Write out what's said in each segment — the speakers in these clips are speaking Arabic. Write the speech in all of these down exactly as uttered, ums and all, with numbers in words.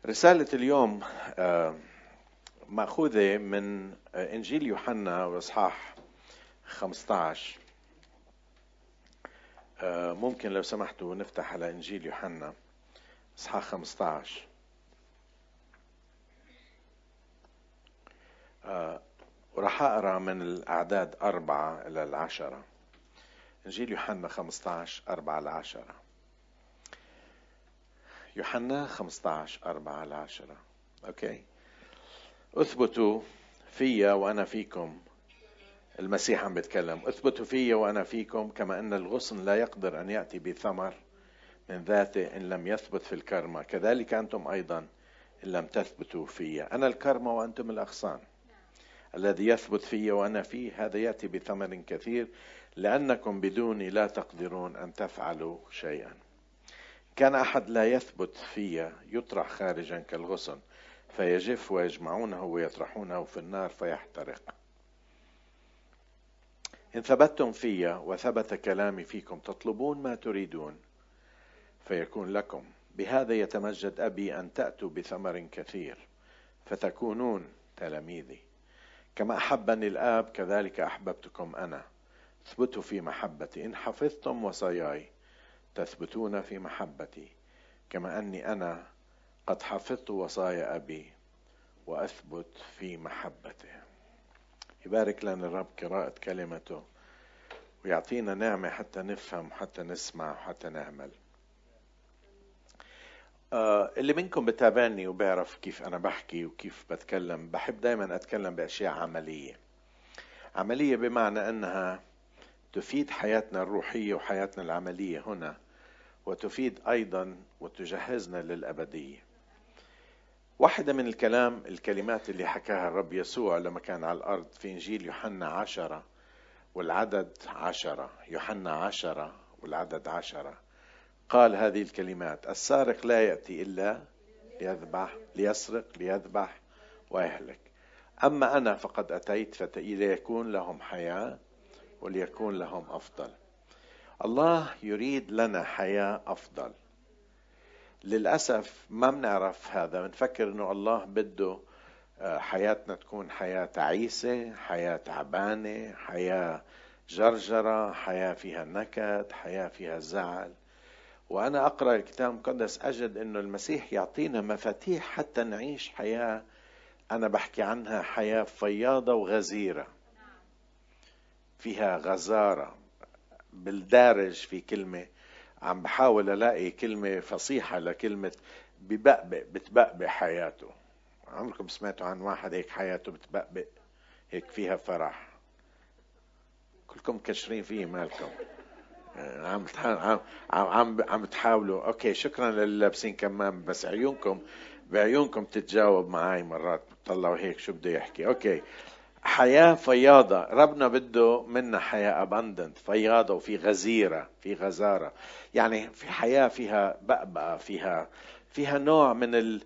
رسالة اليوم مأخوذة من إنجيل يوحنا وإصحاح خمسة عشر. ممكن لو سمحتوا نفتح على إنجيل يوحنا إصحاح خمسة عشر. وراح أقرأ من الأعداد أربعة إلى العشرة. إنجيل يوحنا خمسة عشر أربعة لعشرة. يوحنا خمسة عشر أربعة لعشرة. أوكي. أثبتوا في وأنا فيكم. المسيح عم بيتكلم. أثبتوا في وأنا فيكم كما أن الغصن لا يقدر أن يأتي بثمر من ذاته إن لم يثبت في الكرمة، كذلك أنتم أيضا إن لم تثبتوا في. أنا الكرمة وأنتم الأغصان. الذي يثبت في وأنا فيه هذا يأتي بثمر كثير، لأنكم بدوني لا تقدرون أن تفعلوا شيئا. كان أحد لا يثبت في يطرح خارجا كالغصن فيجف، ويجمعونه ويطرحونه في النار فيحترق. إن ثبتتم في وثبت كلامي فيكم تطلبون ما تريدون فيكون لكم. بهذا يتمجد أبي أن تأتوا بثمر كثير فتكونون تلاميذي. كما أحبني الآب كذلك أحببتكم أنا، اثبتوا في محبتي. إن حفظتم وصاياي تثبتون في محبتي كما أني أنا قد حفظت وصايا أبي وأثبت في محبته. يبارك لنا الرب قراءة كلمته ويعطينا نعمة حتى نفهم حتى نسمع حتى نعمل. آه اللي منكم بتابعني وبيعرف كيف أنا بحكي وكيف بتكلم، بحب دايما أتكلم بأشياء عملية. عملية بمعنى أنها تفيد حياتنا الروحية وحياتنا العملية هنا، وتفيد أيضا وتجهزنا للأبدية. واحدة من الكلام الكلمات اللي حكاها الرب يسوع لما كان على الأرض في إنجيل يوحنا عشرة والعدد عشرة. يوحنا عشرة والعدد عشرة قال هذه الكلمات: السارق لا يأتي إلا ليذبح ليسرق ليذبح ويهلك، أما أنا فقد أتيت ليكون لهم حياة وليكون لهم أفضل. الله يريد لنا حياة أفضل. للأسف ما بنعرف هذا، بنفكر إنه الله بده حياتنا تكون حياة تعيسة، حياة تعبانة، حياة جرجرة، حياة فيها نكد، حياة فيها زعل. وأنا أقرأ الكتاب المقدس أجد إنه المسيح يعطينا مفاتيح حتى نعيش حياة أنا بحكي عنها حياة فياضة وغزيرة، فيها غزارة. بالدارج في كلمة عم بحاول ألاقي كلمة فصيحة لكلمة ببقبق، بتبقبق حياته. عمركم سمعتوا عن واحد هيك حياته بتبقبق هيك فيها فرح؟ كلكم كشرين فيه مالكم. عم عم عم عم تحاولوا. اوكي، شكرا لللابسين كمام، بس عيونكم بعيونكم تتجاوب معي مرات، بتطلعوا هيك شو بده يحكي. اوكي، حياة فياضة. ربنا بده منا حياة abundant، فياضة وفي غزيرة، في غزارة. يعني في حياة فيها بقبقة، فيها فيها نوع من ال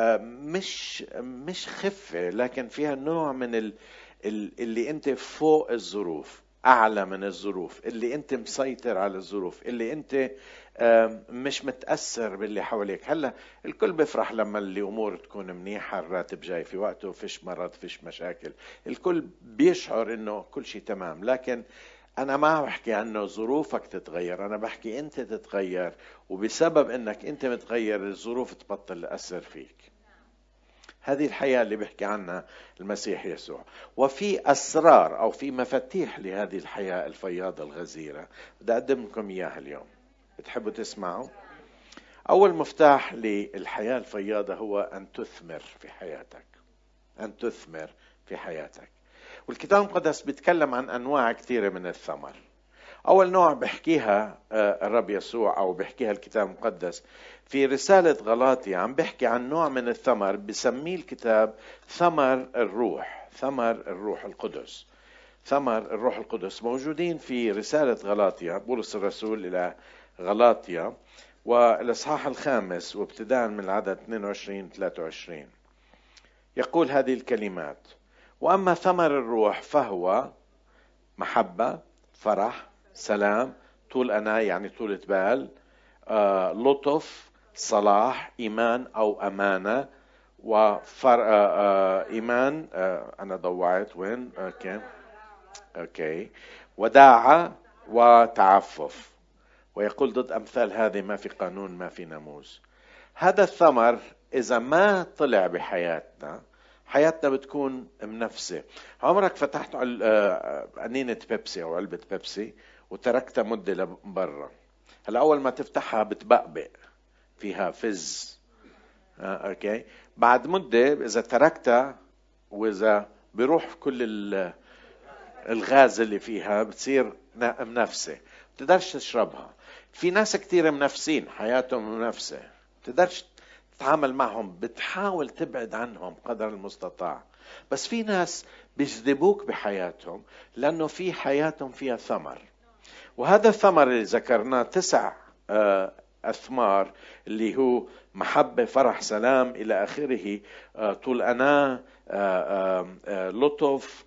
مش مش خفة، لكن فيها نوع من ال اللي انت فوق الظروف، اعلى من الظروف، اللي انت مسيطر على الظروف، اللي انت مش متأثر باللي حواليك. هلا الكل بيفرح لما الامور تكون منيحة، الراتب جاي في وقته، فيش مرض، فيش مشاكل، الكل بيشعر انه كل شيء تمام. لكن انا ما بحكي عنه ظروفك تتغير، انا بحكي انت تتغير، وبسبب انك انت متغير الظروف تبطل تأثر فيك. هذه الحياة اللي بيحكي عنها المسيح يسوع. وفي أسرار أو في مفاتيح لهذه الحياة الفياضة الغزيرة بدي أقدم لكم إياها اليوم. بتحبوا تسمعوا؟ أول مفتاح للحياة الفياضة هو أن تثمر في حياتك. أن تثمر في حياتك. والكتاب المقدس بيتكلم عن أنواع كثيرة من الثمر. أول نوع بحكيها الرب يسوع أو بحكيها الكتاب المقدس في رسالة غلاطيا، عم بحكي عن نوع من الثمر بسميه الكتاب ثمر الروح. ثمر الروح القدس. ثمر الروح القدس موجودين في رسالة غلاطيا، بولس الرسول إلى غلاطيا، والإصحاح الخامس وابتداء من العدد اثنين وعشرين ثلاثة وعشرين. يقول هذه الكلمات: وأما ثمر الروح فهو محبة، فرح، سلام، طول أنا يعني طولة بال، آه، لطف، صلاح، إيمان أو أمانة، وفر آه، إيمان آه، أنا ضوعت وين؟ أوكي أوكي وداعة وتعفف. ويقول ضد أمثال هذه ما في قانون ما في ناموس. هذا الثمر إذا ما طلع بحياتنا، حياتنا بتكون منفسة. عمرك فتحت قنينة بيبسي أو علبة بيبسي وتركتها مدة لبرا؟ هلا أول ما تفتحها بتبقبق، فيها فز. آه، أوكي. بعد مدة إذا تركتها وإذا بيروح كل الغاز اللي فيها بتصير منفسة، بتقدرش تشربها. في ناس كتير منفسين، حياتهم منفسة، بتقدرش تتعامل معهم، بتحاول تبعد عنهم قدر المستطاع. بس في ناس بيجذبوك بحياتهم لأنه في حياتهم فيها ثمر. وهذا الثمر اللي ذكرناه تسع أثمار، اللي هو محبة، فرح، سلام إلى آخره، طول أناة، لطف،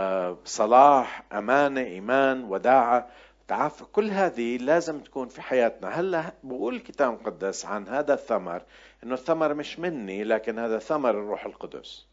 صلاح، أمانة، إيمان، وداعة، تعافي. كل هذه لازم تكون في حياتنا. هلا بقول الكتاب المقدس عن هذا الثمر إنه الثمر مش مني، لكن هذا ثمر الروح القدس.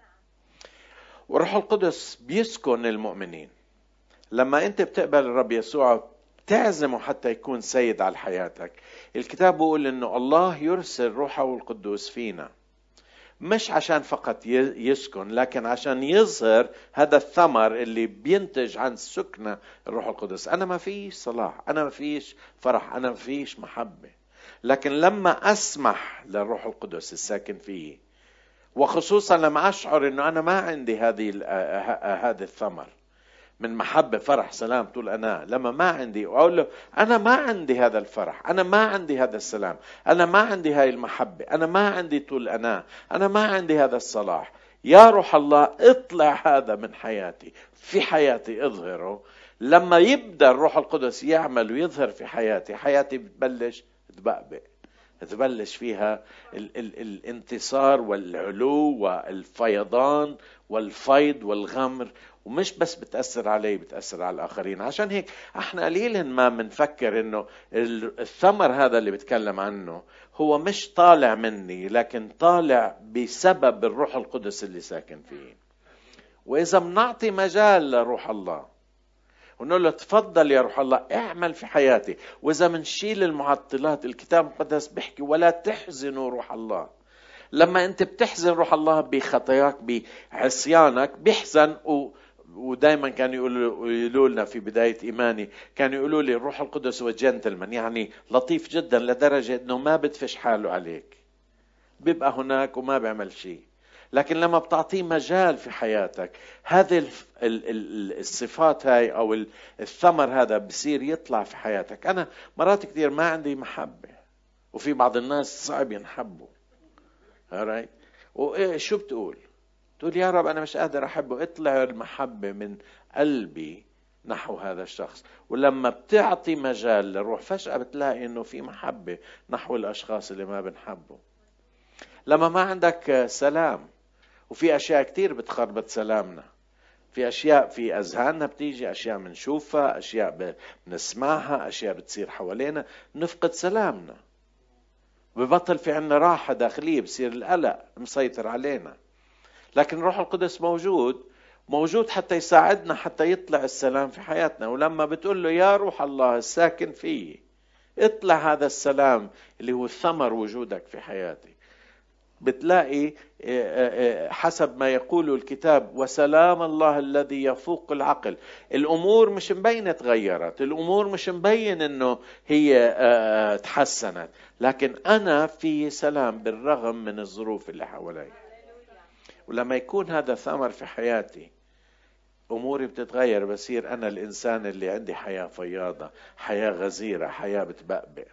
والروح القدس بيسكن المؤمنين. لما أنت بتقبل الرب يسوع تعزمه حتى يكون سيد على حياتك، الكتاب بيقول إنه الله يرسل روحه القدوس فينا، مش عشان فقط يسكن، لكن عشان يظهر هذا الثمر اللي بينتج عن سكنة الروح القدس. أنا ما فيش صلاح، أنا ما فيش فرح، أنا ما فيش محبة، لكن لما أسمح للروح القدس الساكن فيه، وخصوصا لما أشعر أنه أنا ما عندي هذه هذا الثمر من محبة، فرح، سلام، طول أنا، لما ما عندي، وأقول له أنا ما عندي هذا الفرح، أنا ما عندي هذا السلام، أنا ما عندي هاي المحبة، أنا ما عندي طول أنا، أنا ما عندي هذا الصلاح، يا روح الله اطلع هذا من حياتي، في حياتي اظهره. لما يبدأ الروح القدس يعمل ويظهر في حياتي، حياتي بتبلش تبقبق، تبلش فيها ال ال الانتصار والعلو والفيضان والفيض والغمر. ومش بس بتأثر علي، بتأثر على الآخرين. عشان هيك احنا قليلا ما بنفكر انه الثمر هذا اللي بتكلم عنه هو مش طالع مني، لكن طالع بسبب الروح القدس اللي ساكن فيه. وإذا منعطي مجال لروح الله ونقول له تفضل يا روح الله اعمل في حياتي، وإذا منشيل المعطلات، الكتاب المقدس بيحكي ولا تحزنوا روح الله. لما انت بتحزن روح الله بخطاياك، بعصيانك، بيحزن. و ودائما كانوا يقولوا يقولوا لنا في بداية إيماني، كانوا يقولوا لي الروح القدس هو جنتلمان، يعني لطيف جدا لدرجة انه ما بدفش حاله عليك، بيبقى هناك وما بيعمل شيء. لكن لما بتعطيه مجال في حياتك، هذه الصفات هاي أو الثمر هذا بصير يطلع في حياتك. أنا مرات كثير ما عندي محبة، وفي بعض الناس صعب ينحبوا. alright. وشو بتقول؟ تقول يا رب أنا مش قادر أحبه. اطلع المحبة من قلبي نحو هذا الشخص. ولما بتعطي مجال للروح، فجأة بتلاقي إنه في محبة نحو الأشخاص اللي ما بنحبه. لما ما عندك سلام، وفي أشياء كتير بتخربط سلامنا، في أشياء في أذهاننا بتيجي، أشياء بنشوفها، أشياء بنسمعها، أشياء بتصير حوالينا، نفقد سلامنا، ببطل في عنا راحة داخلية، بصير القلق مسيطر علينا. لكن روح القدس موجود موجود حتى يساعدنا حتى يطلع السلام في حياتنا. ولما بتقول له يا روح الله الساكن فيه اطلع هذا السلام اللي هو ثمر وجودك في حياتي، بتلاقي حسب ما يقول الكتاب وسلام الله الذي يفوق العقل. الأمور مش مبينة تغيرت، الأمور مش مبين أنه هي تحسنت، لكن أنا في سلام بالرغم من الظروف اللي حوالي. ولما يكون هذا ثمر في حياتي، أموري بتتغير، بصير أنا الإنسان اللي عندي حياة فياضة، حياة غزيرة، حياة بتبقبق.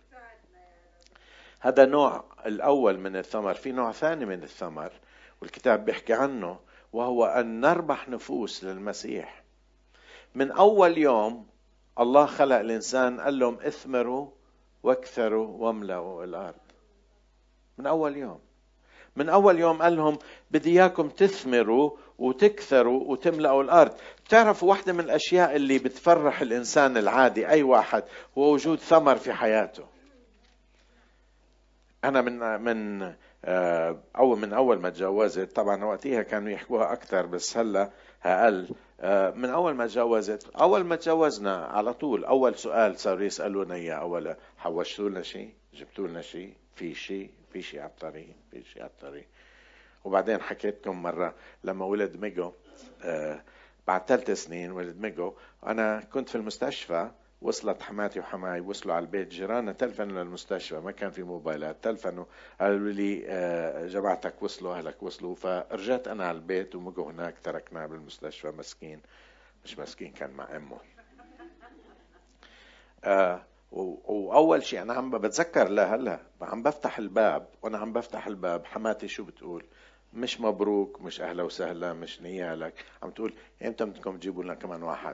هذا نوع الأول من الثمر. في نوع ثاني من الثمر والكتاب بيحكي عنه، وهو أن نربح نفوس للمسيح. من أول يوم الله خلق الإنسان قال لهم اثمروا واكثروا واملأوا الأرض. من أول يوم من أول يوم قال لهم بدي إياكم تثمروا وتكثروا وتملأوا الأرض. تعرفوا واحدة من الأشياء اللي بتفرح الإنسان العادي، أي واحد، هو وجود ثمر في حياته. انا من من آه، اول من اول ما تجوزت، طبعا وقتها كانوا يحكوها اكثر بس هلا اقل. آه، من اول ما تجوزت، اول ما تجوزنا على طول اول سؤال صاروا يسالونا اياه: اولا حوشتوا لنا شيء؟ جبتوا لنا شيء؟ في شيء في شيء على الطريق؟ في شيء على الطريق؟ وبعدين حكيت لكم مره لما ولد ميجو، آه، بعد ثلاث سنين ولد ميجو، انا كنت في المستشفى. وصلت حماتي وحماي، وصلوا على البيت، جيراننا تلفنوا للمستشفى، ما كان في موبايلات، تلفنوا قالوا لي آه، جماعتك وصلوا، اهلك وصلوا. فرجعت انا على البيت ومجو هناك، تركناه بالمستشفى مسكين. مش مسكين، كان مع امه. آه و- واول شيء انا عم بتذكر لهلا، عم بفتح الباب، وانا عم بفتح الباب حماتي شو بتقول؟ مش مبروك، مش اهلا وسهلا، مش نيالك، عم تقول: امتى بدكم تجيبوا لنا كمان واحد؟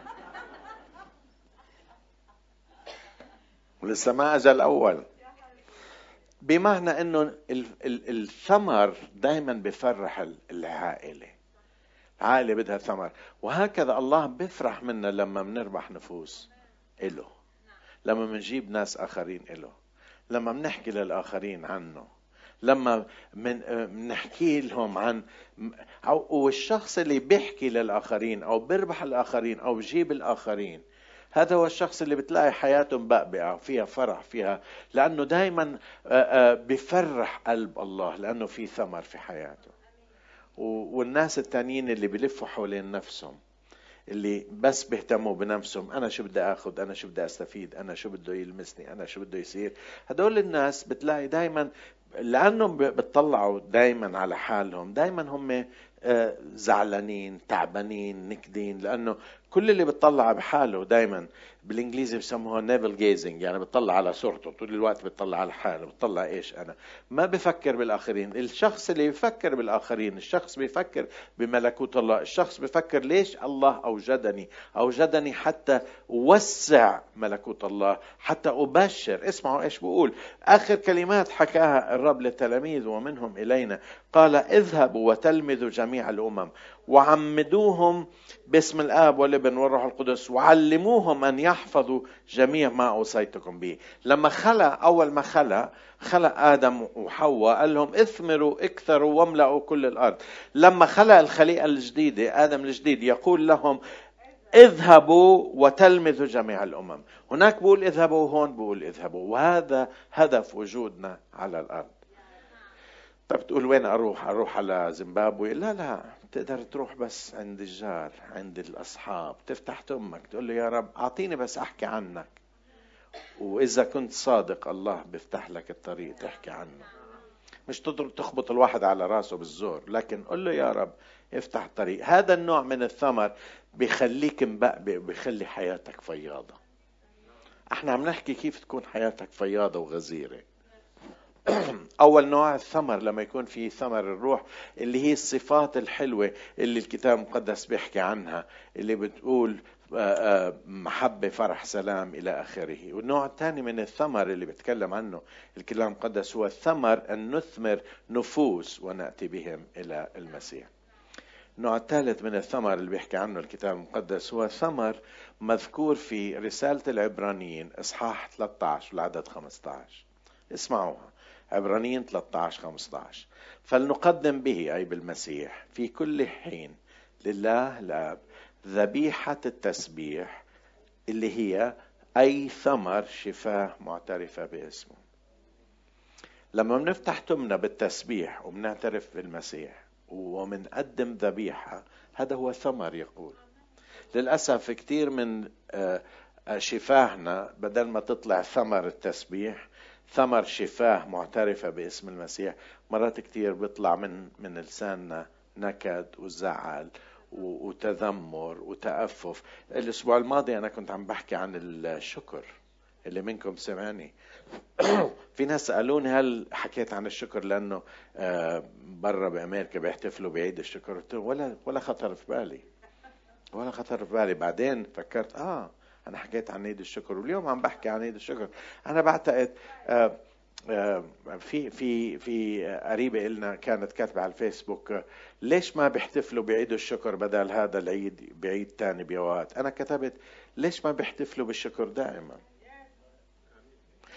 ولسه ما اجى الاول. بمعنى انه ال- ال- الثمر دائما بفرح ال- العائله. العائله بدها ثمر، وهكذا الله بيفرح منا لما بنربح نفوس إله، لما منجيب ناس آخرين إله، لما منحكي للآخرين عنه، لما من منحكي لهم عن أو والشخص اللي بيحكي للآخرين أو بيربح الآخرين أو بجيب الآخرين، هذا هو الشخص اللي بتلاقي حياته مبقبقة فيها فرح فيها، لأنه دايما بفرح قلب الله، لأنه في ثمر في حياته. والناس التانيين اللي بيلفوا حوالين نفسهم، اللي بس بيهتموا بنفسهم: انا شو بدي اخذ، انا شو بدي استفيد، انا شو بده يلمسني، انا شو بده يصير. هدول الناس بتلاقي دايما، لانهم بتطلعوا دايما على حالهم، دايما هم آه، زعلانين، تعبانين، نكدين، لانه كل اللي بتطلع بحاله دايما، بالانجليزي بسموها نيفل جيزنج، يعني بتطلع على صورته طول الوقت، بتطلع على حاله، بتطلع ايش انا، ما بفكر بالاخرين. الشخص اللي بيفكر بالاخرين، الشخص بيفكر بملكوت الله، الشخص بيفكر: ليش الله اوجدني؟ اوجدني حتى اوسع ملكوت الله، حتى ابشر. اسمعوا ايش بقول اخر كلمات حكاها الرب للتلاميذ ومنهم الينا. قال: اذهبوا وتلمذوا جميع الامم وعمدوهم باسم الآب والابن والروح القدس، وعلموهم أن يحفظوا جميع ما أوصيتكم به. لما خلق، أول ما خلق خلق آدم وحواء، قال لهم: اثمروا اكثروا واملأوا كل الأرض. لما خلق الخليقة الجديدة، آدم الجديد، يقول لهم: اذهبوا وتلمذوا جميع الأمم. هناك بقول اذهبوا، هون بقول اذهبوا، وهذا هدف وجودنا على الأرض. طب تقول: وين اروح؟ اروح على زيمبابوي؟ لا لا، تقدر تروح بس عند الجار، عند الاصحاب، تفتح تمك تقول له: يا رب اعطيني بس احكي عنك. واذا كنت صادق، الله بيفتح لك الطريق تحكي عنه. مش تضرب تخبط الواحد على راسه بالزور، لكن قل له: يا رب افتح الطريق. هذا النوع من الثمر بيخليك مبقبق، بيخلي حياتك فياضة. احنا عم نحكي كيف تكون حياتك فياضة وغزيرة. أول نوع الثمر لما يكون في ثمر الروح، اللي هي الصفات الحلوة اللي الكتاب المقدس بيحكي عنها، اللي بتقول محبة، فرح، سلام، إلى آخره. والنوع الثاني من الثمر اللي بتكلم عنه الكتاب المقدس هو الثمر أن نثمر نفوس ونأتي بهم إلى المسيح. النوع الثالث من الثمر اللي بيحكي عنه الكتاب المقدس هو ثمر مذكور في رسالة العبرانيين إصحاح ثلاثة عشر والعدد خمسة عشر. اسمعوها، عبرانيين ثلاثة عشر خمسة عشر: فلنقدم به، أي بالمسيح، في كل حين لله الآب ذبيحة التسبيح، اللي هي أي ثمر شفاه معترفة باسمه. لما بنفتح تمنا بالتسبيح وبنعترف بالمسيح ومنقدم ذبيحة، هذا هو ثمر. يقول للأسف كتير من شفاهنا بدل ما تطلع ثمر التسبيح، ثمر شفاه معترفة باسم المسيح، مرات كتير بيطلع من من لساننا نكد وزعل وتذمر وتأفف. الأسبوع الماضي أنا كنت عم بحكي عن الشكر، اللي منكم سمعني. في ناس سألوني: هل حكيت عن الشكر لأنه برا بأمريكا بيحتفلوا بعيد الشكر؟ ولا ولا خطر في بالي، ولا خطر في بالي. بعدين فكرت: آه أنا حكيت عن عيد الشكر، واليوم عم بحكي عن عيد الشكر. أنا بعتقد آه آه في في في قريبة إلنا كانت كاتبة على الفيسبوك: ليش ما بيحتفلوا بعيد الشكر بدل هذا العيد بعيد تاني بيوقات؟ أنا كتبت: ليش ما بيحتفلوا بالشكر دائما؟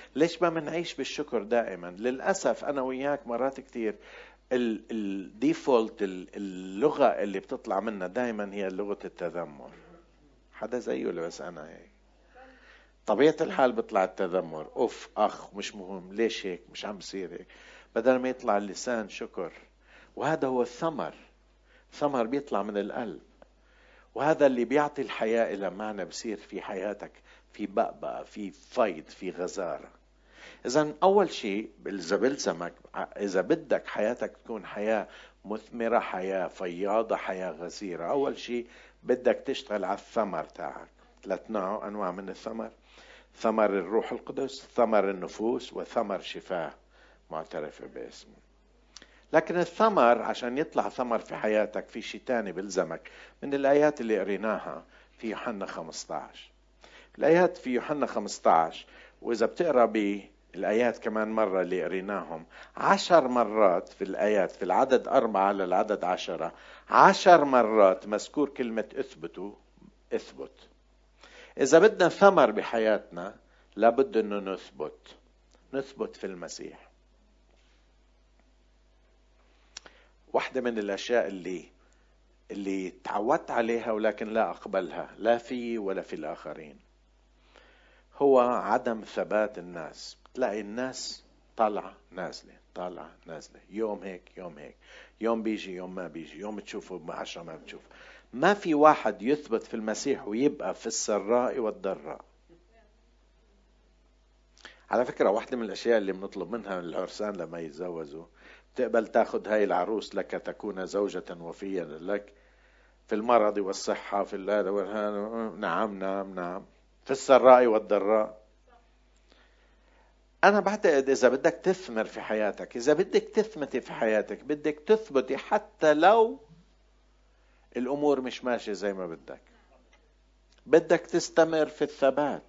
ليش ما منعيش بالشكر دائما؟ للأسف أنا وياك مرات كتير الديفولت اللغة اللي بتطلع منا دائما هي لغة التذمر. حدا زيه ولا بس أنا هيك؟ طبيعة الحال بيطلع التذمر، أوف أخ مش مهم، ليش هيك، مش عم بصير هيك، بدل ما يطلع اللسان شكر. وهذا هو الثمر، ثمر بيطلع من القلب، وهذا اللي بيعطي الحياة إلى معنى. بصير في حياتك في بقبقة، في فيض، في غزارة. إذن أول شيء إذا بلزمك، إذا بدك حياتك تكون حياة مثمرة، حياة فياضة، حياة غزيرة، أول شيء بدك تشتغل على الثمر تاعك. ثلاث نوع أنواع من الثمر: ثمر الروح القدس، ثمر النفوس، وثمر شفاه معترفة باسمه. لكن الثمر عشان يطلع ثمر في حياتك في شيء تاني بلزمك من الآيات اللي قريناها في يوحنا خمسة عشر. الآيات في يوحنا خمسة عشر، وإذا بتقرأ بالآيات كمان مرة اللي قريناهم عشر مرات في الآيات، في العدد أربعة للعدد عشرة، عشر مرات مذكور كلمة اثبتوا، اثبت. إذا بدنا ثمر بحياتنا لابد أنه نثبت، نثبت في المسيح. واحدة من الأشياء اللي اللي تعودت عليها ولكن لا أقبلها لا في ولا في الآخرين هو عدم ثبات الناس. تلاقي الناس طالعة نازلة، طالعة نازلة، يوم هيك يوم هيك، يوم بيجي يوم ما بيجي، يوم تشوفه عشرة ما بتشوف. ما في واحد يثبت في المسيح ويبقى في السراء والضراء. على فكرة واحدة من الأشياء اللي بنطلب منها العرسان لما يتزوجوا، تقبل تاخذ هاي العروس لك تكون زوجة وفية لك في المرض والصحة، في هذا والهذا، نعم نعم نعم، في السراء والضراء. أنا بعتقد إذا بدك تثمر في حياتك، إذا بدك تثبتي في حياتك، بدك تثبتي حتى لو الأمور مش ماشية زي ما بدك، بدك تستمر في الثبات.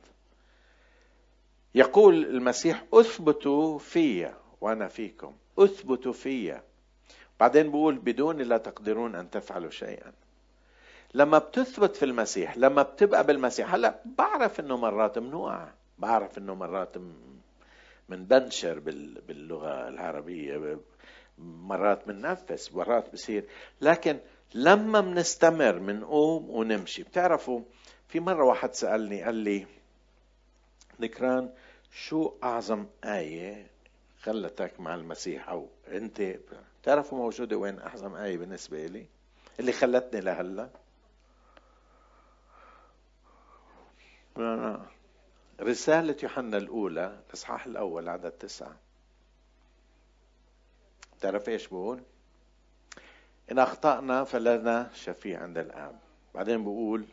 يقول المسيح اثبتوا فيا وأنا فيكم، اثبتوا فيا. بعدين بقول بدون لا تقدرون أن تفعلوا شيئا. لما بتثبت في المسيح، لما بتبقى بالمسيح، هلا بعرف انه مرات منوع، بعرف انه مرات من بنشر باللغة العربية، مرات مننفس، مرات بصير، لكن لما منستمر منقوم ونمشي. بتعرفوا في مرة واحد سألني قال لي نكران شو أعظم آية خلتك مع المسيح، أو أنت تعرفوا موجودة وين أعظم آية بالنسبة لي اللي خلتني لهلا؟ رسالة يوحنا الأولى الإصحاح الأول عدد تسعة. تعرف إيش بقول؟ إن أخطأنا فلنا شفيع عند الآب. بعدين بقول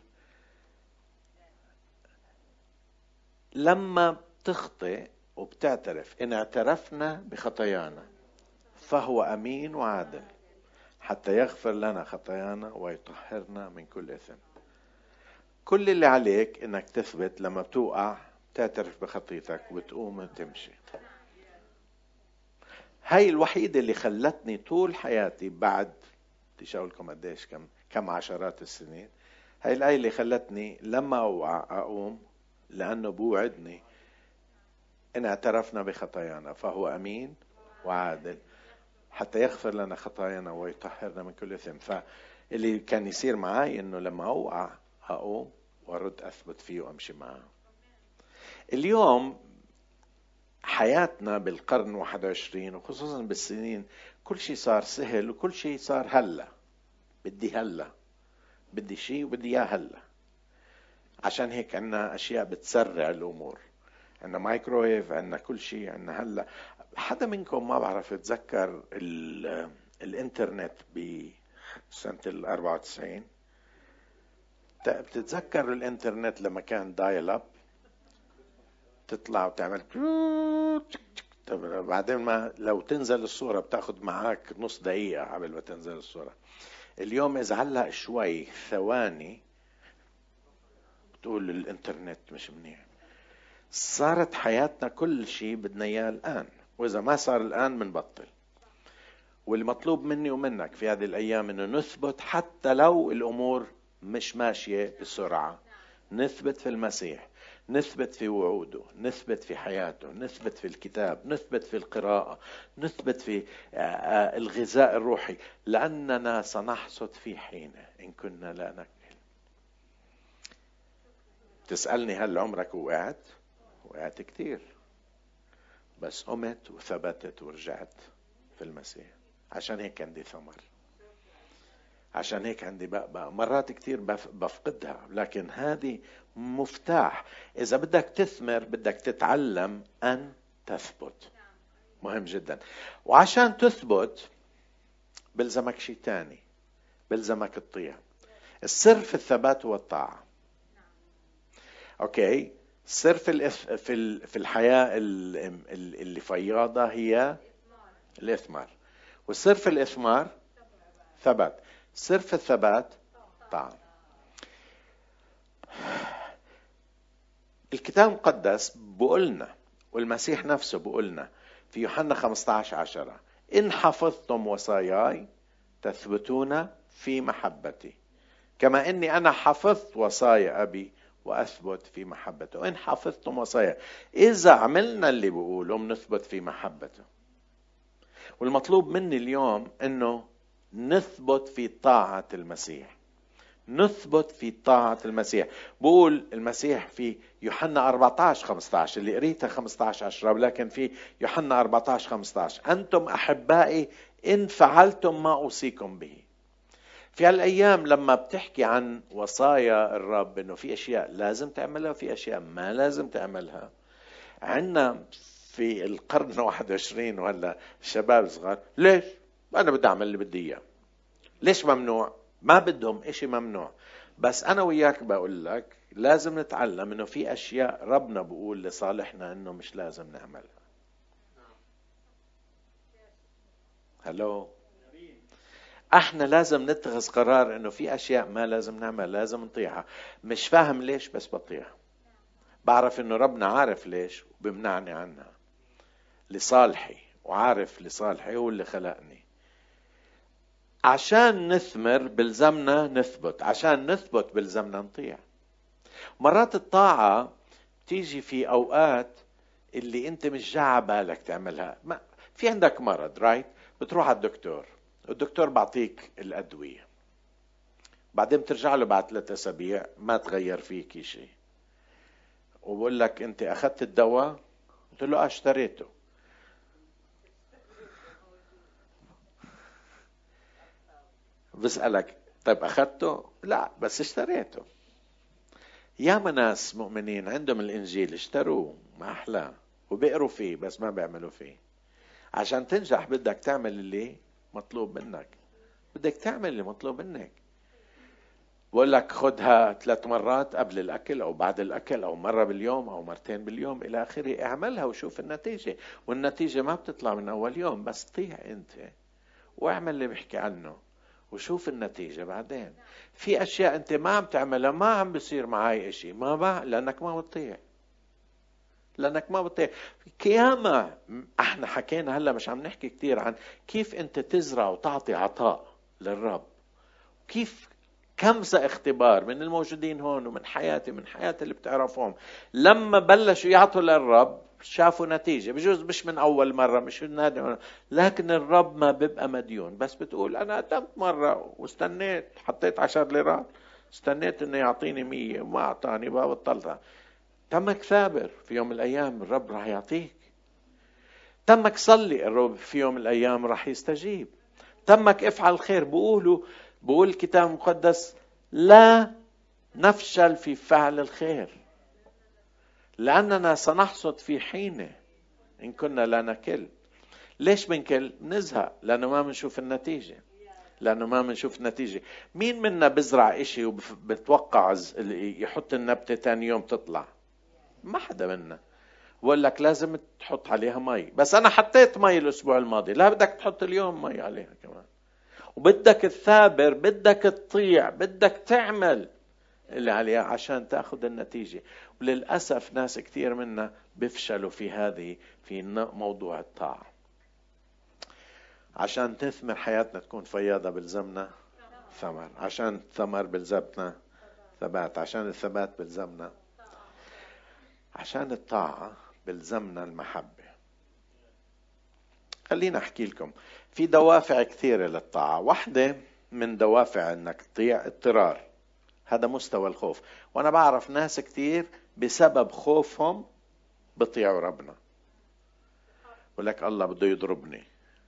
لما بتخطئ وبتعترف، إن اعترفنا بخطايانا فهو أمين وعادل حتى يغفر لنا خطايانا ويطهرنا من كل إثم. كل اللي عليك إنك تثبت، لما بتوقع تعترف بخطيتك وتقوم وتمشي. هاي الوحيدة اللي خلتني طول حياتي، بعد بديش أقول لكم قديش، كم كم عشرات السنين، هاي الآية اللي خلتني لما أوقع أقوم، لأنه بوعدني إن اعترفنا بخطايانا فهو أمين وعادل حتى يغفر لنا خطايانا ويطهرنا من كل إثم. فاللي كان يصير معي إنه لما أوقع أقوم وأرد أثبت فيه وأمشي معه. اليوم حياتنا بالقرن واحد وعشرين وخصوصا بالسنين، كل شيء صار سهل وكل شيء صار هلا، بدي هلا، بدي شيء وبدي اياه هلا. عشان هيك عنا اشياء بتسرع الامور، عنا مايكرويف، عنا كل شيء، عنا هلا. حدا منكم ما بعرف يتذكر الانترنت بسنة الاربعة وتسعين؟ بتتذكر الانترنت لما كان دايل اب، تطلع وتعمل بعدين ما لو تنزل الصورة بتاخد معاك نص دقيقة قبل ما تنزل الصورة. اليوم إذا علق شوي ثواني بتقول الانترنت مش منيح. صارت حياتنا كل شيء بدنا اياه الآن، وإذا ما صار الآن بنبطل. والمطلوب مني ومنك في هذه الأيام إنه نثبت حتى لو الأمور مش ماشية بسرعة، نثبت في المسيح، نثبت في وعوده، نثبت في حياته، نثبت في الكتاب، نثبت في القراءة، نثبت في الغذاء الروحي، لأننا سنحصد في حينه إن كنا لا نكل. تسألني هل عمرك وقعت؟ وقعت كتير، بس قمت وثبتت ورجعت في المسيح. عشان هيك عندي ثمر، عشان هيك عندي بقى مرات كتير بفقدها، لكن هذه مفتاح. إذا بدك تثمر بدك تتعلم أن تثبت، مهم جدا. وعشان تثبت بلزمك شيء تاني، بلزمك تطيع. السر في الثبات هو الطاعة. أوكي، السر في في في الحياة اللي فياضة هي الإثمار، والسر في الإثمار ثبات، سر في الثبات طاعة. الكتاب المقدس بقولنا، والمسيح نفسه بقولنا في يوحنا خمسة عشر عشرة: إن حفظتم وصاياي تثبتون في محبتي كما إني أنا حفظت وصايا أبي وأثبت في محبته. إن حفظتم وصايا، إذا عملنا اللي بقوله بنثبت في محبته. والمطلوب مني اليوم إنه نثبت في طاعة المسيح، نثبت في طاعة المسيح. بقول المسيح في يوحنا أربعة عشر خمسة عشر اللي قريتها خمسة عشر عشرة، ولكن في يوحنا أربعة عشر خمسة عشر: أنتم أحبائي إن فعلتم ما أوصيكم به. في هالأيام لما بتحكي عن وصايا الرب إنه في أشياء لازم تعملها وفي أشياء ما لازم تعملها، عندنا في القرن الواحد والعشرين ولا شباب صغار: ليش؟ أنا بدي أعمل اللي بدي إياه. ليش ممنوع؟ ما بدهم إشي ممنوع. بس أنا وياك بقول لك لازم نتعلم إنه في أشياء ربنا بقول لصالحنا إنه مش لازم نعملها. هلو، احنا لازم نتخذ قرار إنه في أشياء ما لازم نعمل، لازم نطيعها. مش فاهم ليش بس بطيعها. بعرف إنه ربنا عارف ليش وبمنعني عنها لصالحي، وعارف لصالحي هو اللي خلقني. عشان نثمر بلزمنا نثبت، عشان نثبت بلزمنا نطيع. مرات الطاعة تيجي في أوقات اللي أنت مش جاع بالك تعملها. ما في عندك مرض، رايت؟ بتروح على الدكتور، الدكتور بعطيك الأدوية، بعدين بترجع له بعد ثلاثة أسابيع ما تغير فيك شيء، وبقول لك أنت أخذت الدواء؟ قلت له اشتريته. بسألك طيب أخذته؟ لا بس اشتريته. ياما ناس مؤمنين عندهم الإنجيل اشتروه، ما أحلاه، وبيقروا فيه بس ما بيعملوا فيه. عشان تنجح بدك تعمل اللي مطلوب منك، بدك تعمل اللي مطلوب منك. بقول لك خدها ثلاث مرات قبل الأكل أو بعد الأكل أو مرة باليوم أو مرتين باليوم إلى آخره، اعملها وشوف النتيجة. والنتيجة ما بتطلع من أول يوم، بس طيع أنت واعمل اللي بحكي عنه وشوف النتيجة بعدين. في أشياء أنت ما عم تعملها ما عم بيصير معي إشي، ما بقى لأنك ما بتطيع، لأنك ما بتطيع. كياما احنا حكينا هلا، مش عم نحكي كتير عن كيف أنت تزرع وتعطي عطاء للرب. كيف كمسة اختبار من الموجودين هون ومن حياتي من حياة اللي بتعرفهم، لما بلشوا يعطوا للرب شافوا نتيجة. بجوز مش من أول مرة، مش من نادي، لكن الرب ما بيبقى مديون. بس بتقول أنا قدمت مرة واستنيت، حطيت عشر ليرات، استنيت إنه يعطيني مية وما أعطاني، بقى بطلتها. تمك ثابر، في يوم من الأيام الرب راح يعطيك. تمك صلي، الرب في يوم من الأيام راح يستجيب. تمك افعل الخير. بقولوا بقول الكتاب المقدس لا نفشل في فعل الخير لأننا سنحصد في حينه إن كنا لا نكل. ليش بنكل؟ نزهق لأنه ما بنشوف النتيجة، لأنه ما بنشوف النتيجة. مين منا بزرع إشي وبتوقع يحط النبتة تاني يوم تطلع؟ ما حدا منا. بقول لك لازم تحط عليها مي، بس أنا حطيت مي الأسبوع الماضي، لا بدك تحط اليوم مي عليها كمان. وبدك الثابر، بدك تطيع، بدك تعمل اللي عليها عشان تأخذ النتيجة. وللأسف ناس كثير منا بيفشلوا في هذه في موضوع الطاعة. عشان تثمر حياتنا تكون فياضة بلزمنا ثمر، عشان ثمر بلزمنا ثبات، عشان الثبات بلزمنا. عشان الطاعة بلزمنا المحبة. خلينا أحكي لكم في دوافع كثيرة للطاعة. واحدة من دوافع أنك تطيع اضطرار، هذا مستوى الخوف. وأنا بعرف ناس كثير بسبب خوفهم بطيعوا ربنا، ولك الله بده يضربني.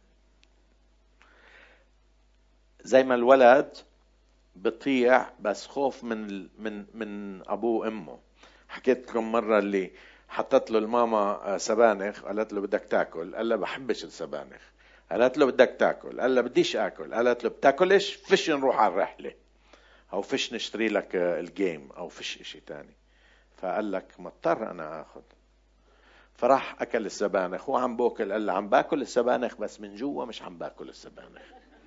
زي ما الولد بطيع بس خوف من من من أبوه وأمه. حكيت لكم مرة اللي حطت له الماما سبانخ، قالت له بدك تاكل، قال له بحبش السبانخ. قالت له بدك تاكل، قال له بديش اكل. قالت له بتاكلش؟ فش نروح على الرحلة، او فش نشتري لك الجيم، او فش اشي تاني. فقال لك مضطر انا اخذ. فراح اكل السبانخ وعم باكل، قال له عم باكل السبانخ بس من جوا مش عم باكل السبانخ.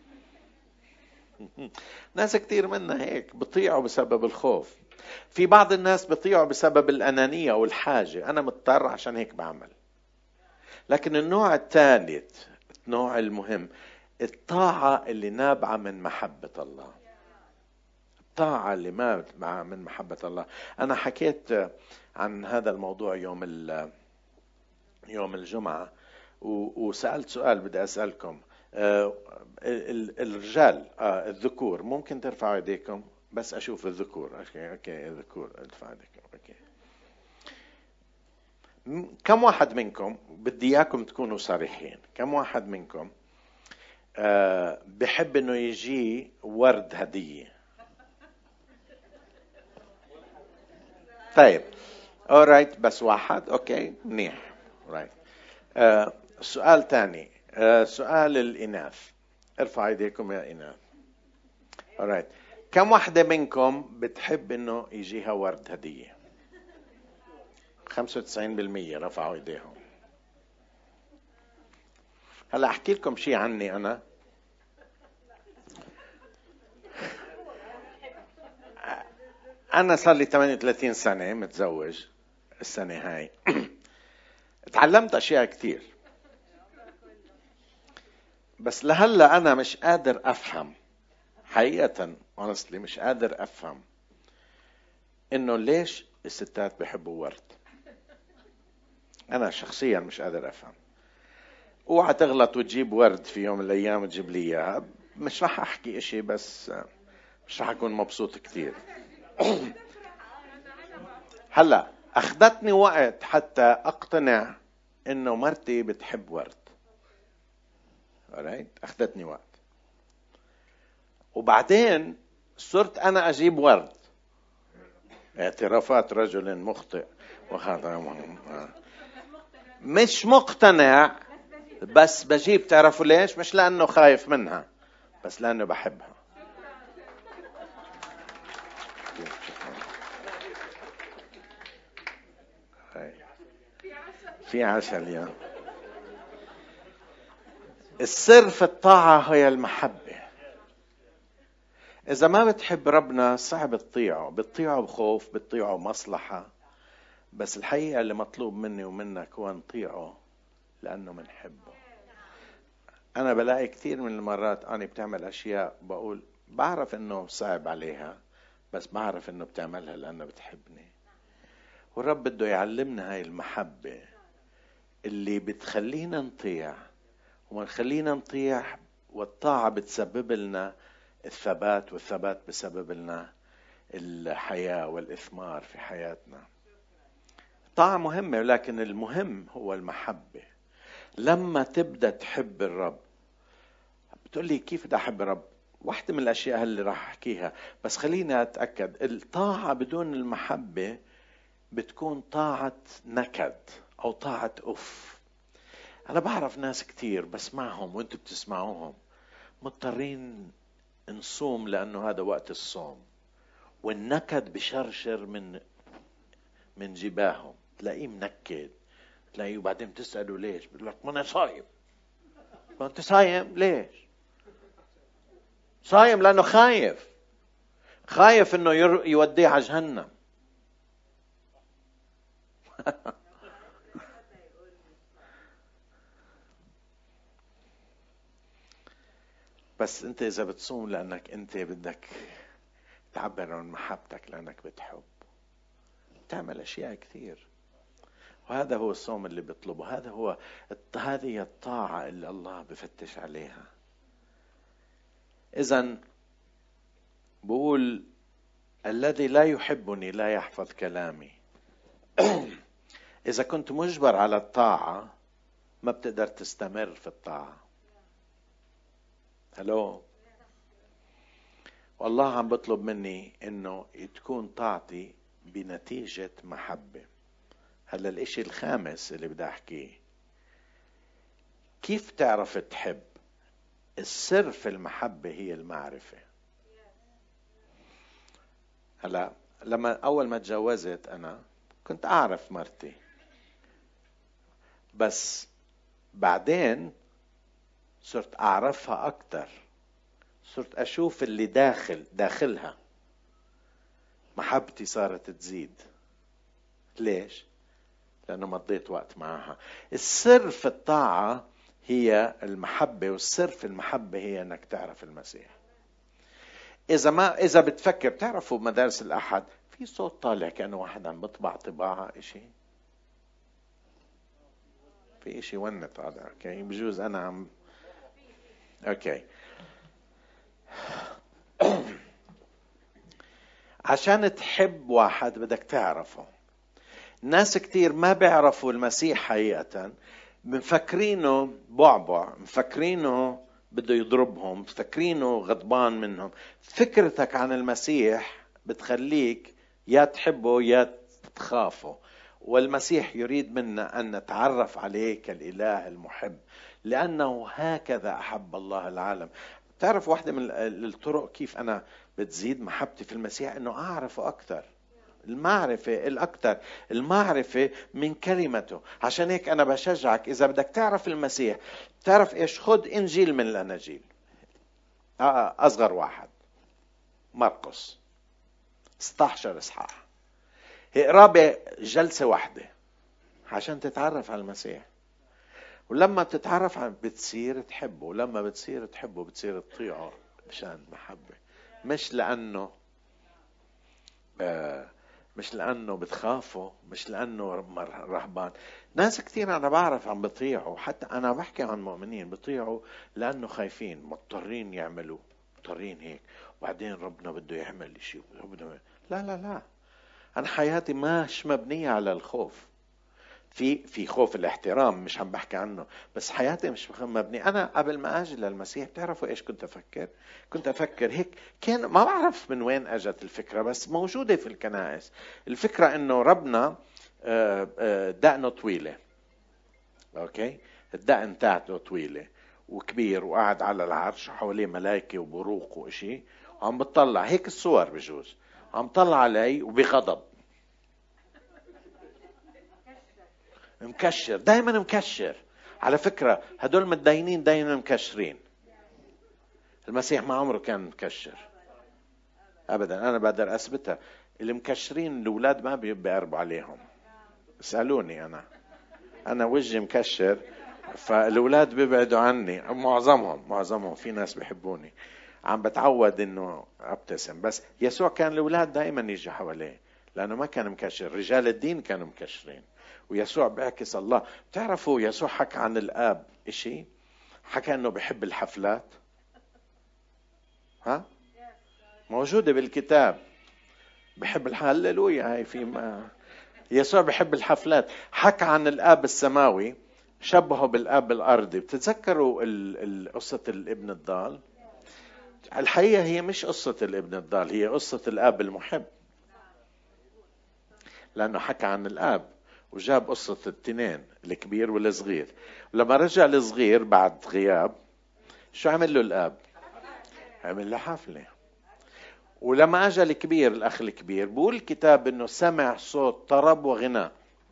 ناس كتير منا هيك بطيعوا بسبب الخوف. في بعض الناس بطيعوا بسبب الأنانية أو الحاجة، أنا مضطر عشان هيك بعمل. لكن النوع الثالث، النوع المهم، الطاعة اللي نابعة من محبة الله. الطاعة اللي ما من محبة الله. أنا حكيت عن هذا الموضوع يوم يوم الجمعة، وسألت سؤال بدي أسألكم. الرجال الذكور ممكن ترفعوا يديكم بس أشوف الذكور. أوكي أوكي الذكور ارفعوا يديكم. أوكي. كم واحد منكم، بدي إياكم تكونوا صريحين، كم واحد منكم أه بحب إنه يجي ورد هدية؟ طيب alright، بس واحد. أوكي منيح. رايت. أه سؤال تاني، أه سؤال الإناث، ارفع ايديكم يا إناث. alright. كم واحدة منكم بتحب إنه يجيها ورد هدية؟ خمسة وتسعين بالمية رفعوا ايديهم. هلا احكي لكم شيء عني انا. انا صار لي ثمانية وثلاثين سنة متزوج السنة هاي. تعلمت اشياء كتير، بس لهلا انا مش قادر افهم حقيقة، honestly مش قادر افهم انه ليش الستات بيحبوا ورد. انا شخصيا مش قادر افهم. اوعى تغلط وتجيب ورد في يوم من الايام وتجيب لي اياها، مش راح احكي اشي بس مش راح اكون مبسوط كتير. هلا اخذتني وقت حتى اقتنع انه مرتي بتحب ورد. alright. اخذتني وقت، وبعدين صرت انا اجيب ورد. اعترافات رجل مخطئ وهذا مش مقتنع، بس بجيب. تعرفوا ليش؟ مش لانه خايف منها، بس لانه بحبها. في عشاء اليوم. السر في الطاعة هي المحبة. إذا ما بتحب ربنا صعب تطيعه، بتطيعه بخوف، بتطيعه مصلحة. بس الحقيقة اللي مطلوب مني ومنك هو نطيعه لأنه منحبه. أنا بلاقي كثير من المرات أنا بتعمل أشياء بقول بعرف إنه صعب عليها، بس بعرف إنه بتعملها لأنه بتحبني. والرب بده يعلمنا هاي المحبة اللي بتخلينا نطيع، ونخلينا نطيع، والطاعة بتسبب لنا الثبات، والثبات بسبب لنا الحياة والإثمار في حياتنا. الطاعة مهمة، لكن المهم هو المحبة. لما تبدأ تحب الرب، بتقول لي كيف بدي أحب الرب؟ واحدة من الأشياء اللي راح أحكيها، بس خليني أتأكد. الطاعة بدون المحبة بتكون طاعة نكد أو طاعة أف. أنا بعرف ناس كتير بسمعهم وأنتوا بتسمعوهم مضطرين نصوم لأنه هذا وقت الصوم، والنكد بشرشر من من جباههم. تلاقيه منكد، تلاقيه وبعدين تسأله ليش؟ بيقول لك ما أنا صايم. ما أنت صايم ليش؟ صايم لأنه خايف، خايف إنه يوديه على جهنم. بس أنت إذا بتصوم لأنك أنت بدك تعبر عن محبتك لأنك بتحب، تعمل أشياء كثير. وهذا هو الصوم اللي بيطلبه. هذا هو هذه الطاعة اللي الله بفتش عليها. إذن بقول الذي لا يحبني لا يحفظ كلامي. إذا كنت مجبر على الطاعة ما بتقدر تستمر في الطاعة. هلو. والله عم بطلب مني إنه تكون طاعتي بنتيجة محبة. هلا الإشي الخامس اللي بدي أحكيه، كيف تعرف تحب؟ السر في المحبة هي المعرفة. هلا لما أول ما تجوزت أنا كنت أعرف مرتي، بس بعدين صرت أعرفها أكتر، صرت أشوف اللي داخل داخلها، محبتي صارت تزيد. ليش؟ لأنه مضيت وقت معها. السر في الطاعة هي المحبة، والسر في المحبة هي أنك تعرف المسيح. إذا ما إذا بتفكر، تعرفوا بمدارس الأحد في صوت طالع كأنه واحد عم بطبع طباعة إشي، في إشي ون طالع. أوكي بجوز أنا عم أوكي. عشان تحب واحد بدك تعرفه. ناس كتير ما بيعرفوا المسيح حقيقة، مفكرينه بعبع، مفكرينه بده يضربهم، مفكرينه غضبان منهم. فكرتك عن المسيح بتخليك يا تحبه يا تخافه. والمسيح يريد منا أن نتعرف عليه كالإله المحب، لأنه هكذا أحب الله العالم. تعرف واحدة من الطرق كيف أنا بتزيد محبتي في المسيح؟ أنه أعرفه أكثر. المعرفة الأكثر، المعرفة من كلمته. عشان هيك أنا بشجعك إذا بدك تعرف المسيح، تعرف إيش؟ خد إنجيل من الأناجيل، أصغر واحد مرقس ستة عشر إصحاح، اقرأ بجلسة واحدة عشان تتعرف على المسيح. ولما تتعرف على بتصير تحبه، ولما بتصير تحبه بتصير تطيعه مشان محبة، مش لأنه آه مش لأنه بتخافوا، مش لأنه رهبان. ناس كتير أنا بعرف عم بطيعوا، حتى أنا بحكي عن مؤمنين بطيعوا لأنه خايفين، مضطرين يعملوا، مضطرين هيك، وبعدين ربنا بده يعمل شيء. لا لا لا، أنا حياتي ماش مبنية على الخوف. في في خوف الاحترام مش عم بحكي عنه، بس حياتي مش مبني. انا قبل ما اجي للمسيح بتعرفوا ايش كنت افكر؟ كنت افكر هيك، كان ما بعرف من وين اجت الفكره، بس موجوده في الكنائس. الفكره انه ربنا دقنه طويله، اوكي، الدقن تاعته طويله وكبير، وقاعد على العرش وحواليه ملائكه وبروق وإشي، وعم بتطلع هيك الصور بجوز، عم طلع علي وبغضب، مكشر، دايما مكشر. على فكرة هدول متدينين دايما مكشرين. المسيح ما عمره كان مكشر أبدا. أنا بقدر أثبتها. اللي مكشرين الأولاد ما بيقربوا عليهم، اسألوني. أنا أنا وجهي مكشر، فالأولاد بيبعدوا عني. معظمهم معظمهم في ناس بيحبوني، عم بتعود إنه أبتسم. بس يسوع كان الأولاد دايما يجي حواليه لأنه ما كان مكشر. رجال الدين كانوا مكشرين، ويسوع بيعكس الله. بتعرفوا يسوع حكى عن الآب إشي، حكى أنه بيحب الحفلات. ها موجودة بالكتاب، بيحب الهللويا. هاي في ما يسوع بيحب الحفلات. حكى عن الآب السماوي، شبهه بالآب الأرضي. بتتذكروا قصة الابن الضال؟ الحقيقة هي مش قصة الابن الضال، هي قصة الآب المحب، لأنه حكى عن الآب وجاب قصة التنين، الكبير والصغير. ولما رجع الصغير بعد غياب، شو عمل له الآب؟ عمل له حفلة. ولما أجا الكبير، الأخ الكبير، بقول الكتاب إنه سمع صوت طرب وغناء،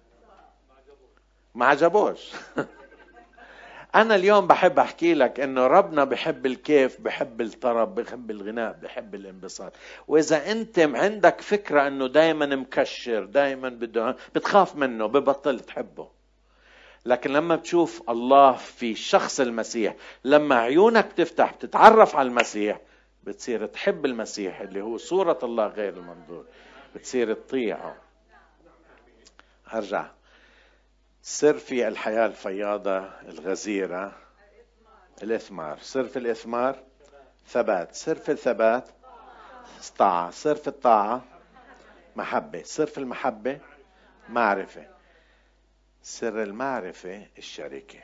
ما عجبوش. أنا اليوم بحب أحكي لك إنه ربنا بحب الكيف، بحب الطرب، بحب الغناء، بحب الانبساط. وإذا أنت عندك فكرة إنه دايما مكشر، دايما بده، بتخاف منه، ببطل تحبه. لكن لما بتشوف الله في شخص المسيح، لما عيونك تفتح بتتعرف على المسيح، بتصير تحب المسيح اللي هو صورة الله غير المنظور، بتصير تطيعه. أرجع سر في الحياة الفياضة الغزيرة الإثمار. سر في الإثمار ثبات. سر في الثبات طاعة. سر في الطاعة محبة. سر في المحبة معرفة. سر المعرفة الشركة.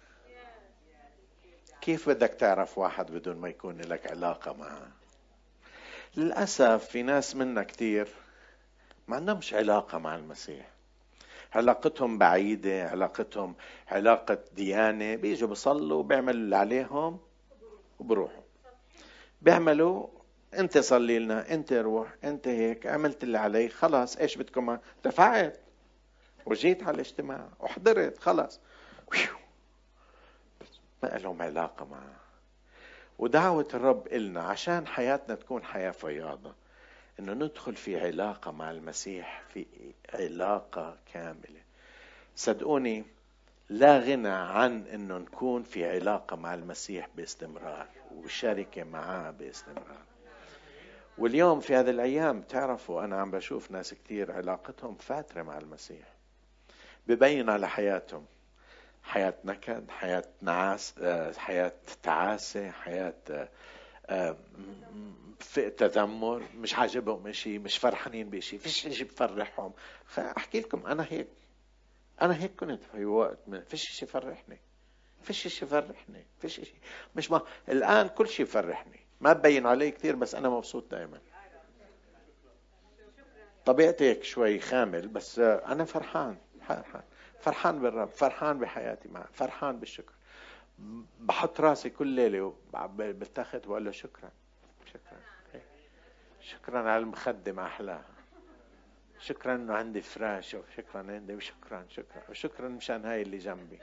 كيف بدك تعرف واحد بدون ما يكون لك علاقة معه؟ للأسف في ناس منا كتير ما عندهمش علاقة مع المسيح، علاقتهم بعيدة، علاقتهم علاقة ديانة، بيجوا بيصلوا بيعملوا اللي عليهم وبروحوا. بيعملوا انت صلي لنا، انت روح، انت هيك عملت اللي علي، خلاص ايش بدكم؟ دفعت وجيت على الاجتماع وحضرت، خلاص ما لهم علاقة معه. ودعوة الرب إلنا عشان حياتنا تكون حياة فياضة إنه ندخل في علاقة مع المسيح، في علاقة كاملة. صدقوني لا غنى عن إنه نكون في علاقة مع المسيح باستمرار وشركة معاه باستمرار. واليوم في هذه الأيام تعرفوا أنا عم بشوف ناس كتير علاقتهم فاترة مع المسيح، ببين على حياتهم حياة نكد، حياة نعاس، حياة تعاسة، حياة في تذمر، مش عاجبهم اشي، مش فرحانين بشي، فيش اشي بفرحهم. احكي لكم انا هيك، انا هيك كنت في وقت من فيش اشي يفرحني، فيش اشي يفرحني، فيش اشي مش ما الان كل شيء يفرحني، ما ببين عليه كثير بس انا مبسوط دائما. طبيعتي هيك شوي خامل بس انا فرحان، فرحان فرحان بالرب، فرحان بحياتي معه، فرحان بالشكر. بحط راسي كل ليلة بالتخت وبقول له شكرا شكرا شكرا على المخدة أحلاها، شكرا انه عندي فراش، وشكرا عندي، وشكرا شكرا وشكرا مشان هاي اللي جنبي.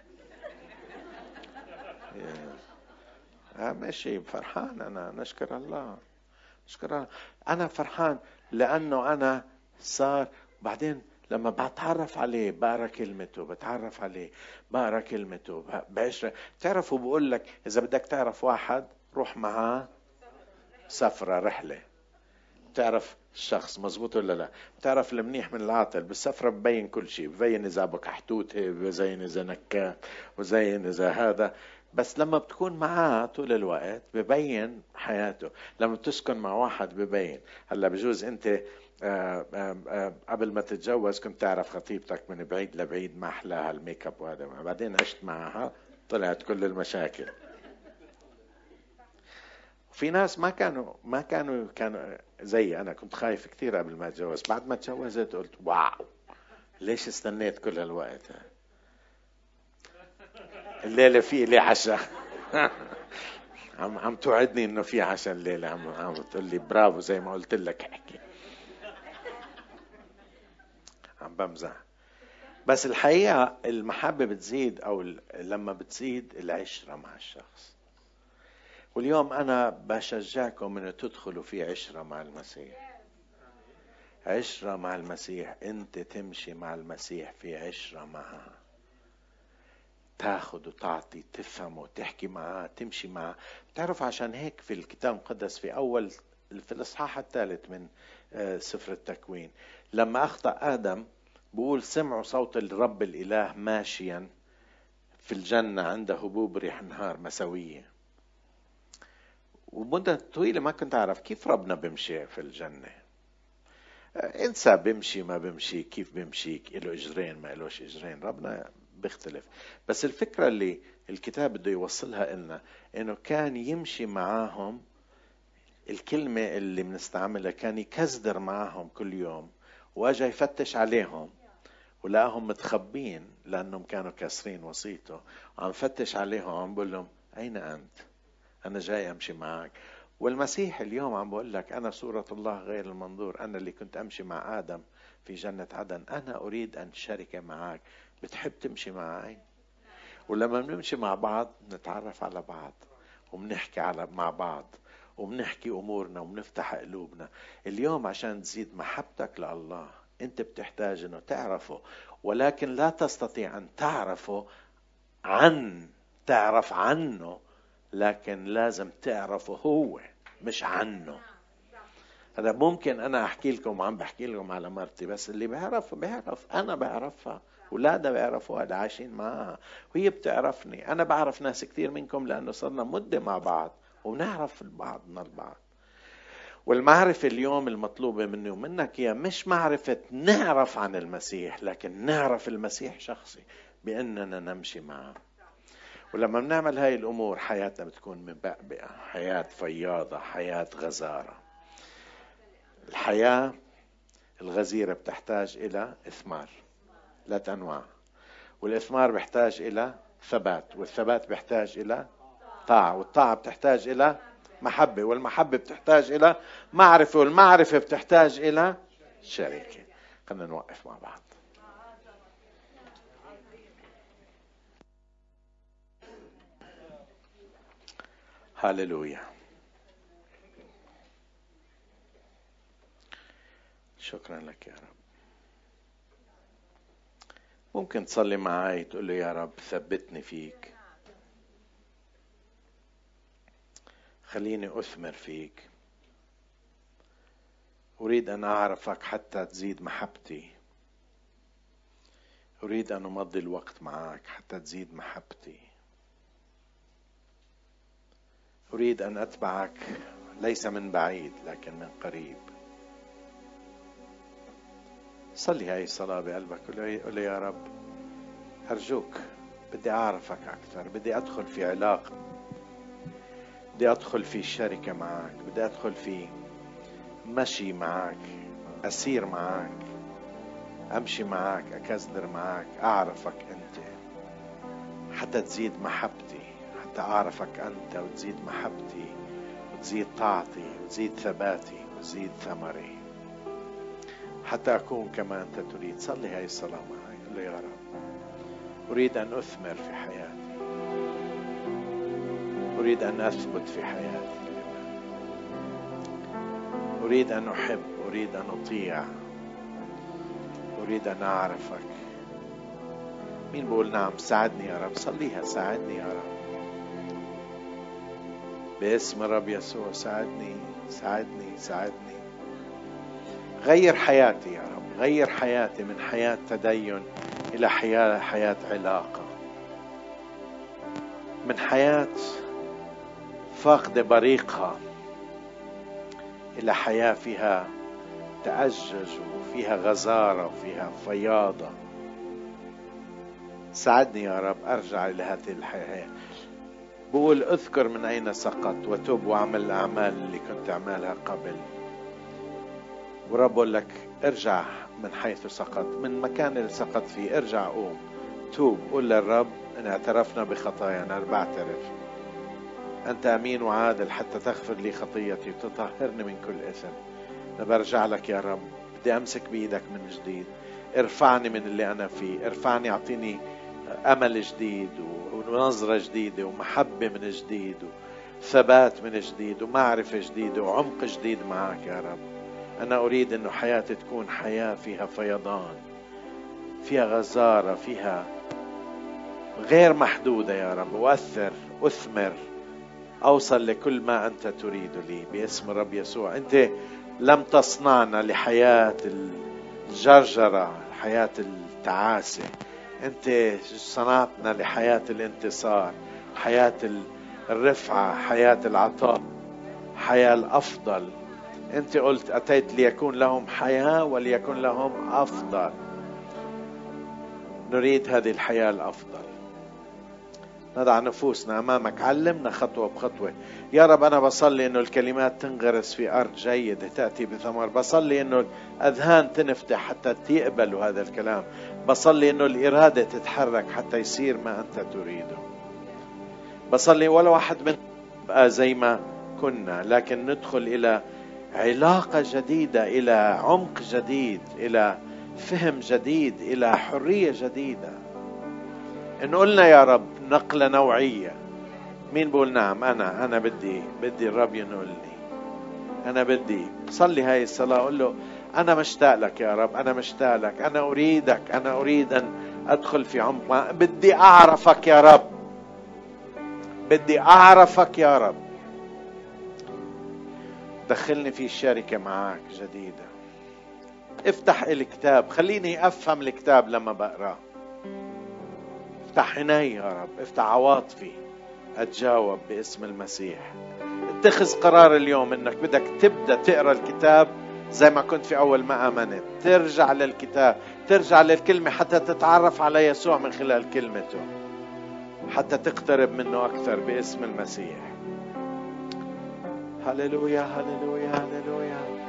ها ماشي فرحان، انا نشكر الله، نشكر الله. انا فرحان لانه انا صار بعدين لما بتعرف عليه بقرا كلمته، بتعرف عليه بقرا كلمته بعشرة. تعرفوا بقول لك اذا بدك تعرف واحد روح معاه سفرة رحلة، تعرف الشخص مزبوط ولا لا. تعرف المنيح من العاطل. بالسفرة ببين كل شيء، ببين إذا بك حتوت، ببين إذا نكات، وزين إذا هذا. بس لما بتكون معاه طول الوقت ببين حياته. لما بتسكن مع واحد ببين. هلا بجوز أنت آآ آآ قبل ما تتجوز كنت تعرف خطيبتك من بعيد لبعيد، ما أحلاها الميك اب وهذا، بعدين عشت معها طلعت كل المشاكل. في ناس ما كانوا ما كانوا كانوا زي انا، كنت خايف كثير قبل ما اتجوز. بعد ما تجوزت قلت واو ليش استنيت كل هالوقت؟ الليله في لي عشاء. عم عم توعدني انه في عشاء الليله، عم عم تقول لي برافو زي ما قلت لك احكي. عم بمزح. بس الحقيقه المحبه بتزيد، او لما بتزيد العشره مع الشخص. واليوم أنا بشجعكم أن تدخلوا في عشرة مع المسيح. عشرة مع المسيح، أنت تمشي مع المسيح في عشرة معه، تاخد وتعطي، تفهم وتحكي معه، تمشي معه. تعرف عشان هيك في الكتاب المقدس في أول في الإصحاح الثالث من سفر التكوين لما أخطأ آدم بقول سمعوا صوت الرب الإله ماشيا في الجنة عند هبوب ريح نهار مسوية. ومدة طويلة ما كنت أعرف كيف ربنا بمشي في الجنة. انسى بمشي ما بمشي، كيف بمشي، له اجرين ما لهش اجرين، ربنا بيختلف. بس الفكرة اللي الكتاب بده يوصلها لنا انه كان يمشي معاهم. الكلمة اللي بنستعملها كان يكزدر معاهم كل يوم، واجا يفتش عليهم ولقاهم متخبين لانهم كانوا كاسرين وصيته، وعم فتش عليهم وعم بقول لهم اين انت؟ أنا جاي أمشي معك. والمسيح اليوم عم بقول لك أنا صورة الله غير المنظور، أنا اللي كنت أمشي مع آدم في جنة عدن، أنا أريد أن شارك معك. بتحب تمشي معي؟ ولما بنمشي مع بعض نتعرف على بعض وبنحكي على مع بعض وبنحكي أمورنا وبنفتح قلوبنا. اليوم عشان تزيد محبتك لله أنت بتحتاج أنه تعرفه، ولكن لا تستطيع أن تعرفه عن تعرف عنه، لكن لازم تعرفه هو مش عنه. هذا ممكن أنا أحكي لكم، عم بحكي لكم على مرتي، بس اللي بيعرف بيعرف، أنا بعرفها أولادها بيعرفوها اللي عايشين معها، وهي بتعرفني. أنا بعرف ناس كتير منكم لأنه صرنا مدة مع بعض ونعرف بعضنا البعض. والمعرفة اليوم المطلوبة مني ومنك هي مش معرفة نعرف عن المسيح، لكن نعرف المسيح شخصي بأننا نمشي معه. ولما بنعمل هاي الأمور حياتنا بتكون مبقبقة، حياة فياضة، حياة غزارة. الحياة الغزيرة بتحتاج إلى إثمار، ثلاث أنواع. والإثمار بيحتاج إلى ثبات، والثبات بيحتاج إلى طاعة، والطاعة بتحتاج إلى محبة، والمحبة بتحتاج إلى معرفة، والمعرفة بتحتاج إلى شركة. خلينا نوقف مع بعض. هاليلويا. شكرا لك يا رب. ممكن تصلي معي تقول له يا رب ثبتني فيك، خليني أثمر فيك، أريد أن أعرفك حتى تزيد محبتي، أريد أن أمضي الوقت معك حتى تزيد محبتي، أريد أن أتبعك ليس من بعيد لكن من قريب. صلي هاي الصلاة بقلبك، قل لي يا رب أرجوك بدي أعرفك أكثر، بدي أدخل في علاقة، بدي أدخل في شركة معك، بدي أدخل في مشي معك، أسير معك، أمشي معك، أكزدر معك، أعرفك أنت حتى تزيد محبتي، حتى أعرفك أنت وتزيد محبتي وتزيد طاعتي وتزيد ثباتي وتزيد ثمري، حتى أكون كما أنت تريد. صلي هاي الصلاة معي، قل له يا رب أريد أن أثمر في حياتي، أريد أن أثبت في حياتي، أريد أن أحب، أريد أن أطيع، أريد أن أعرفك. مين بقول نعم؟ ساعدني يا رب. صليها، ساعدني يا رب باسم رب يسوع. ساعدني ساعدني ساعدني. غير حياتي يا رب، غير حياتي من حياة تدين إلى حياة حياة علاقة، من حياة فاقد بريقها إلى حياة فيها تأجج وفيها غزارة وفيها فياضة. ساعدني يا رب أرجع إلى هذه الحياة. بقول أذكر من أين سقط وتوب وأعمل الأعمال اللي كنت أعملها قبل. ورب بقول لك ارجع من حيث سقط، من مكان اللي سقط فيه ارجع، قوم توب، قول للرب إن اعترفنا بخطايانا، أنا بعترف أنت أمين وعادل حتى تغفر لي خطيتي وتطهرني من كل إثم. أنا برجع لك يا رب، بدي أمسك بإيدك من جديد، ارفعني من اللي أنا فيه، ارفعني، أعطيني أمل جديد ونظرة جديدة ومحبة من جديد وثبات من جديد ومعرفة جديدة وعمق جديد معك يا رب. أنا أريد أنه حياتي تكون حياة فيها فيضان، فيها غزارة، فيها غير محدودة يا رب، وأثر أثمر، أوصل لكل ما أنت تريد لي باسم رب يسوع. أنت لم تصنعنا لحياة الجرجرة، حياة التعاسة، أنت صنعتنا لحياة الانتصار، حياة الرفعة، حياة العطاء، حياة الأفضل. أنت قلت أتيت ليكون لهم حياة وليكن لهم أفضل. نريد هذه الحياة الأفضل. نضع نفوسنا أمامك، علمنا خطوة بخطوة يا رب. أنا بصلي إنه الكلمات تنغرس في أرض جيدة تأتي بثمر. بصلي إنه الأذهان تنفتح حتى تقبلوا هذا الكلام. بصلي إنه الإرادة تتحرك حتى يصير ما أنت تريده. بصلي ولا واحد من بقى زي ما كنا، لكن ندخل إلى علاقة جديدة، إلى عمق جديد، إلى فهم جديد، إلى حرية جديدة. إن قلنا يا رب نقلة نوعية. مين بقول نعم؟ أنا أنا بدي بدي الرب ينقلني، أنا بدي. صلي هاي الصلاة، قل له أنا مشتاق لك يا رب، أنا مشتاق لك، أنا أريدك، أنا أريد أن أدخل في عمق. بدي أعرفك يا رب، بدي أعرفك يا رب. دخلني في شركة معك جديدة. افتح الكتاب، خليني أفهم الكتاب لما بقرأ. افتح عيني يا رب، افتح عواطفي أتجاوب باسم المسيح. اتخذ قرار اليوم انك بدك تبدأ تقرأ الكتاب زي ما كنت في أول ما آمنت. ترجع للكتاب، ترجع للكلمة حتى تتعرف على يسوع من خلال كلمته، حتى تقترب منه أكثر باسم المسيح. هللويا هللويا هللويا.